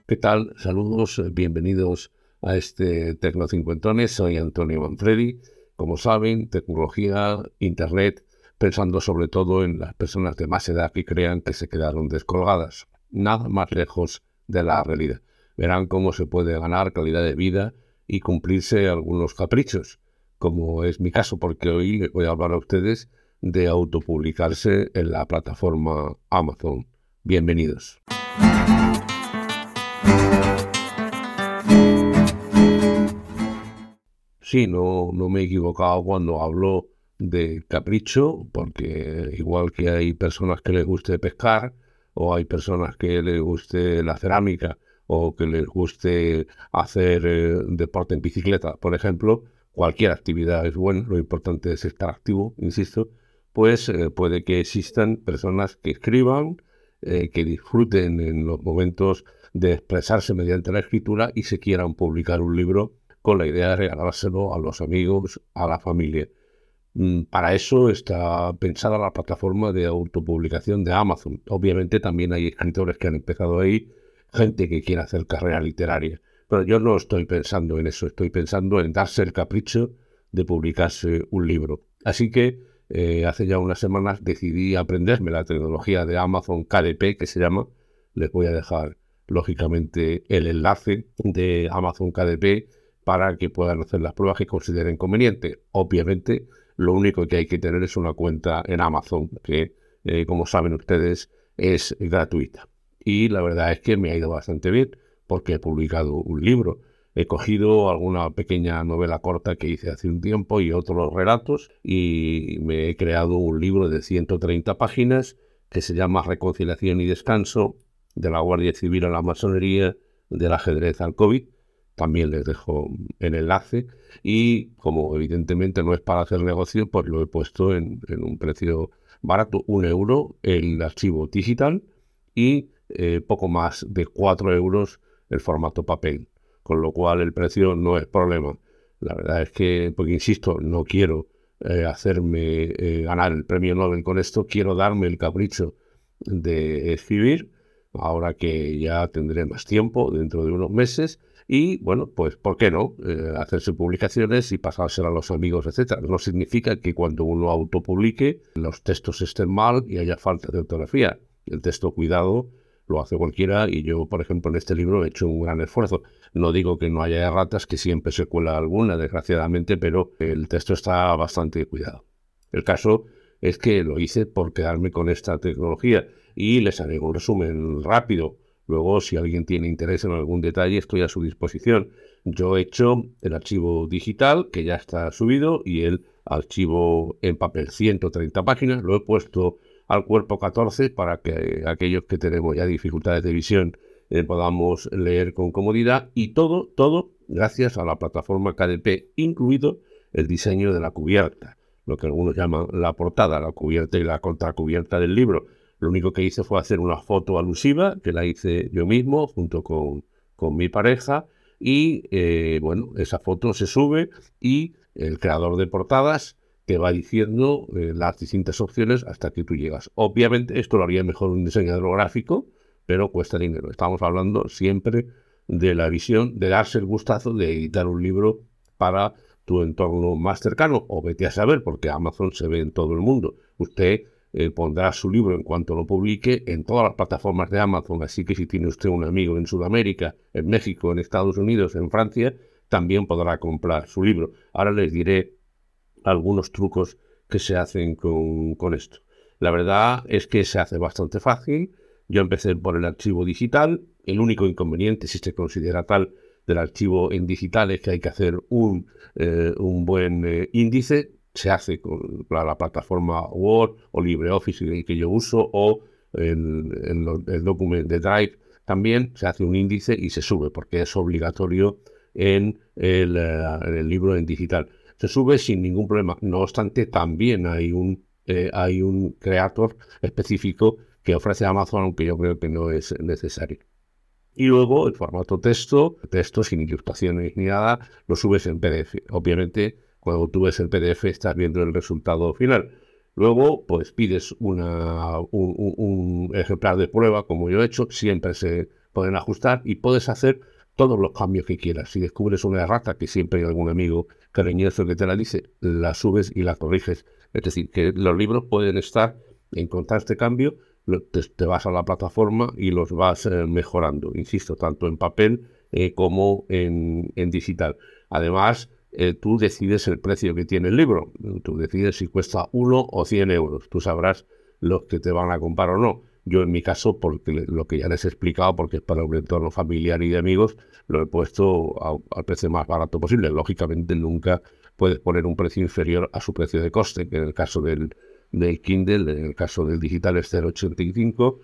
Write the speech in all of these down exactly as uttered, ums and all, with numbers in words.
¿Qué tal? Saludos, eh, bienvenidos a este Tecnocincuentones. Soy Antonio Manfredi. Como saben, tecnología, Internet, pensando sobre todo en las personas de más edad que crean que se quedaron descolgadas. Nada más lejos de la realidad. Verán cómo se puede ganar calidad de vida y cumplirse algunos caprichos, como es mi caso, porque hoy les voy a hablar a ustedes de autopublicarse en la plataforma Amazon. Bienvenidos. Sí, no, no me he equivocado cuando hablo de capricho, porque igual que hay personas que les guste pescar, o hay personas que les guste la cerámica, o que les guste hacer eh, deporte en bicicleta, por ejemplo, cualquier actividad es buena, lo importante es estar activo, insisto, pues eh, puede que existan personas que escriban, eh, que disfruten en los momentos de expresarse mediante la escritura y se quieran publicar un libro con la idea de regalárselo a los amigos, a la familia. Mm, Para eso está pensada la plataforma de autopublicación de Amazon. Obviamente también hay escritores que han empezado ahí, gente que quiere hacer carrera literaria. Pero yo no estoy pensando en eso, estoy pensando en darse el capricho de publicarse un libro. Así que eh, hace ya unas semanas decidí aprenderme la tecnología de Amazon K D P, que se llama. Les voy a dejar, lógicamente, el enlace de Amazon K D P para que puedan hacer las pruebas que consideren conveniente. Obviamente, lo único que hay que tener es una cuenta en Amazon, que, eh, como saben ustedes, es gratuita. Y la verdad es que me ha ido bastante bien, porque he publicado un libro. He cogido alguna pequeña novela corta que hice hace un tiempo y otros relatos, y me he creado un libro de ciento treinta páginas que se llama Reconciliación y Descanso, de la Guardia Civil a la masonería, del ajedrez al COVID. También les dejo el enlace y como evidentemente no es para hacer negocio, pues lo he puesto en, en un precio barato, un euro el archivo digital y eh, poco más de cuatro euros el formato papel, con lo cual el precio no es problema. La verdad es que, porque insisto, no quiero eh, hacerme eh, ganar el premio Nobel con esto, quiero darme el capricho de escribir, ahora que ya tendré más tiempo, dentro de unos meses, y bueno, pues ¿por qué no? Eh, hacerse publicaciones y pasárselo a los amigos, etcétera. No significa que cuando uno autopublique los textos estén mal y haya falta de ortografía. El texto cuidado lo hace cualquiera y yo, por ejemplo, en este libro he hecho un gran esfuerzo. No digo que no haya erratas, que siempre se cuela alguna, desgraciadamente, pero el texto está bastante cuidado. El caso es que lo hice por quedarme con esta tecnología y les haré un resumen rápido. Luego, si alguien tiene interés en algún detalle, estoy a su disposición. Yo he hecho el archivo digital, que ya está subido, y el archivo en papel, ciento treinta páginas. Lo he puesto al cuerpo catorce para que aquellos que tenemos ya dificultades de visión eh, podamos leer con comodidad. Y todo, todo gracias a la plataforma K D P, incluido el diseño de la cubierta, lo que algunos llaman la portada, la cubierta y la contracubierta del libro. Lo único que hice fue hacer una foto alusiva, que la hice yo mismo, junto con, con mi pareja, y eh, bueno, esa foto se sube y el creador de portadas te va diciendo eh, las distintas opciones hasta que tú llegas. Obviamente esto lo haría mejor un diseñador gráfico, pero cuesta dinero. Estamos hablando siempre de la visión, de darse el gustazo de editar un libro para tu entorno más cercano, o vete a saber, porque Amazon se ve en todo el mundo. Usted eh, pondrá su libro en cuanto lo publique en todas las plataformas de Amazon, así que si tiene usted un amigo en Sudamérica, en México, en Estados Unidos, en Francia, también podrá comprar su libro. Ahora les diré algunos trucos que se hacen con, con esto. La verdad es que se hace bastante fácil. Yo empecé por el archivo digital. El único inconveniente, si se considera tal, del archivo en digital es que hay que hacer un, eh, un buen eh, índice. Se hace con la, la plataforma Word o LibreOffice que yo uso, o el, el, el document de Drive. También se hace un índice y se sube porque es obligatorio en el, uh, en el libro en digital. Se sube sin ningún problema. No obstante, también hay un, eh, hay un creator específico que ofrece Amazon, aunque yo creo que no es necesario. Y luego el formato texto, texto sin ilustraciones ni nada, lo subes en P D F. Obviamente, cuando tú ves el P D F estás viendo el resultado final. Luego, pues pides una, un, un, un ejemplar de prueba, como yo he hecho. Siempre se pueden ajustar y puedes hacer todos los cambios que quieras. Si descubres una errata, que siempre hay algún amigo cariñoso que te la dice, la subes y la corriges. Es decir, que los libros pueden estar en constante cambio, te, te vas a la plataforma y los vas eh, mejorando, insisto, tanto en papel eh, como en, en digital. Además, eh, tú decides el precio que tiene el libro, tú decides si cuesta uno o cien euros, tú sabrás los que te van a comprar o no. Yo en mi caso, porque lo que ya les he explicado, porque es para un entorno familiar y de amigos, lo he puesto a, al precio más barato posible. Lógicamente nunca puedes poner un precio inferior a su precio de coste, que en el caso del, del Kindle, en el caso del digital es cero coma ochenta y cinco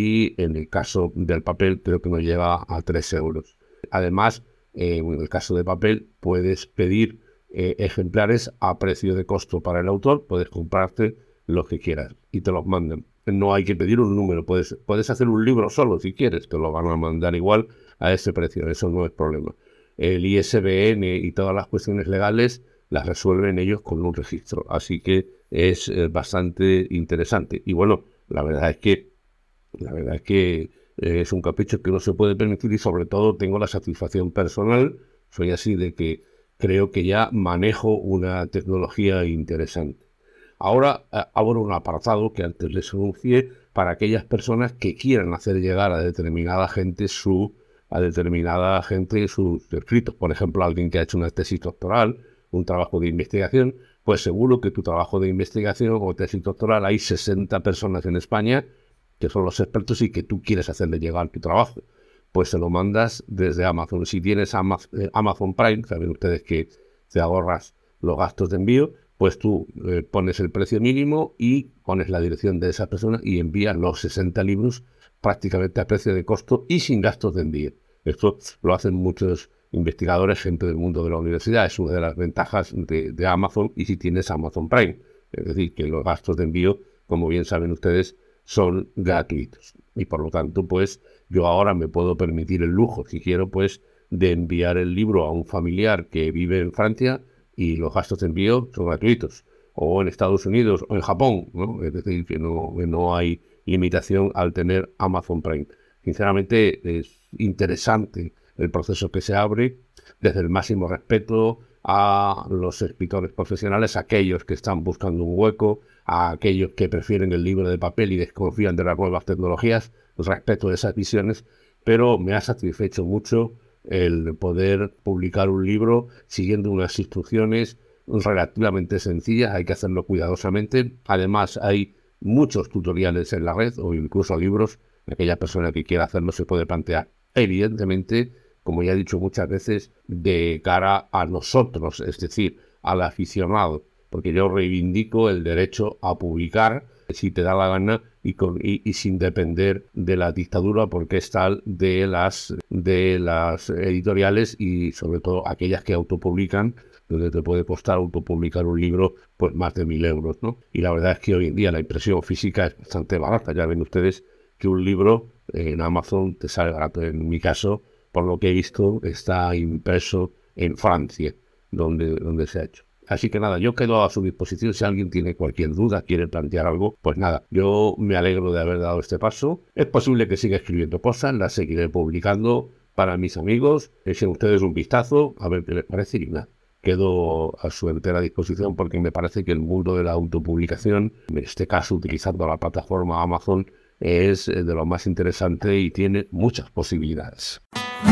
y en el caso del papel creo que nos lleva a tres euros. Además, eh, en el caso de papel puedes pedir eh, ejemplares a precio de costo para el autor, puedes comprarte los que quieras y te los mandan. No hay que pedir un número, puedes, puedes hacer un libro solo si quieres, te lo van a mandar igual a ese precio, eso no es problema. El I S B N y todas las cuestiones legales las resuelven ellos con un registro, así que es eh, bastante interesante. Y bueno, la verdad es que la verdad es que eh, es un capricho que no se puede permitir y sobre todo tengo la satisfacción personal, soy así de que creo que ya manejo una tecnología interesante. Ahora eh, abro un apartado que antes les anuncié para aquellas personas que quieran hacer llegar a determinada gente su a determinada gente sus escritos. Por ejemplo, alguien que ha hecho una tesis doctoral, un trabajo de investigación, pues seguro que tu trabajo de investigación o tesis doctoral hay sesenta personas en España que son los expertos y que tú quieres hacerle llegar tu trabajo. Pues se lo mandas desde Amazon. Si tienes Amazon Prime, saben ustedes que te ahorras los gastos de envío, pues tú eh, pones el precio mínimo y pones la dirección de esa persona y envías los sesenta libros prácticamente a precio de costo y sin gastos de envío. Esto lo hacen muchos investigadores, gente del mundo de la universidad. Es una de las ventajas de, de Amazon y si tienes Amazon Prime. Es decir, que los gastos de envío, como bien saben ustedes, son gratuitos. Y por lo tanto, pues yo ahora me puedo permitir el lujo, si quiero, pues de enviar el libro a un familiar que vive en Francia y los gastos de envío son gratuitos, o en Estados Unidos o en Japón, ¿no? Es decir, que no, que no hay limitación al tener Amazon Prime. Sinceramente es interesante el proceso que se abre, desde el máximo respeto a los escritores profesionales, a aquellos que están buscando un hueco, a aquellos que prefieren el libro de papel y desconfían de las nuevas tecnologías, respeto de esas visiones, pero me ha satisfecho mucho el poder publicar un libro siguiendo unas instrucciones relativamente sencillas, hay que hacerlo cuidadosamente. Además hay muchos tutoriales en la red o incluso libros, aquella persona que quiera hacerlo se puede plantear. Evidentemente, como ya he dicho muchas veces, de cara a nosotros, es decir, al aficionado, porque yo reivindico el derecho a publicar si te da la gana y, con, y, y sin depender de la dictadura, porque es tal de las, de las editoriales y sobre todo aquellas que autopublican, donde te puede costar autopublicar un libro pues más de mil euros, ¿no? Y la verdad es que hoy en día la impresión física es bastante barata. Ya ven ustedes que un libro en Amazon te sale barato. En mi caso, por lo que he visto, está impreso en Francia, donde, donde se ha hecho. Así que nada, yo quedo a su disposición si alguien tiene cualquier duda, quiere plantear algo, pues nada, yo me alegro de haber dado este paso. Es posible que siga escribiendo cosas, las seguiré publicando para mis amigos. Echen ustedes un vistazo, a ver qué les parece y nada. Quedo a su entera disposición porque me parece que el mundo de la autopublicación, en este caso utilizando la plataforma Amazon, es de lo más interesante y tiene muchas posibilidades.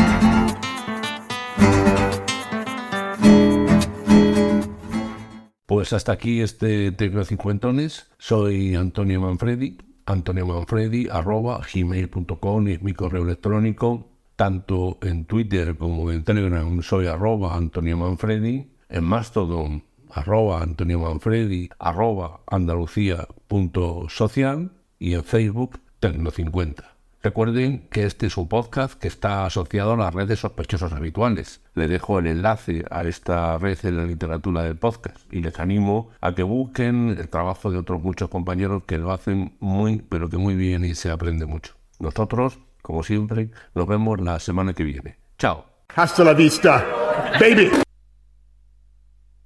Pues hasta aquí este Tecnocincuentones. Soy Antonio Manfredi, Antonio Manfredi arroba gmail punto com es mi correo electrónico. Tanto en Twitter como en Telegram soy arroba Antonio Manfredi, en Mastodon arroba Antonio Manfredi arroba Andalucía punto social y en Facebook Tecno cincuenta. Recuerden que este es un podcast que está asociado a la red de sospechosos habituales. Les dejo el enlace a esta red en la literatura del podcast y les animo a que busquen el trabajo de otros muchos compañeros que lo hacen muy, pero que muy bien y se aprende mucho. Nosotros, como siempre, nos vemos la semana que viene. ¡Chao! Hasta la vista, baby!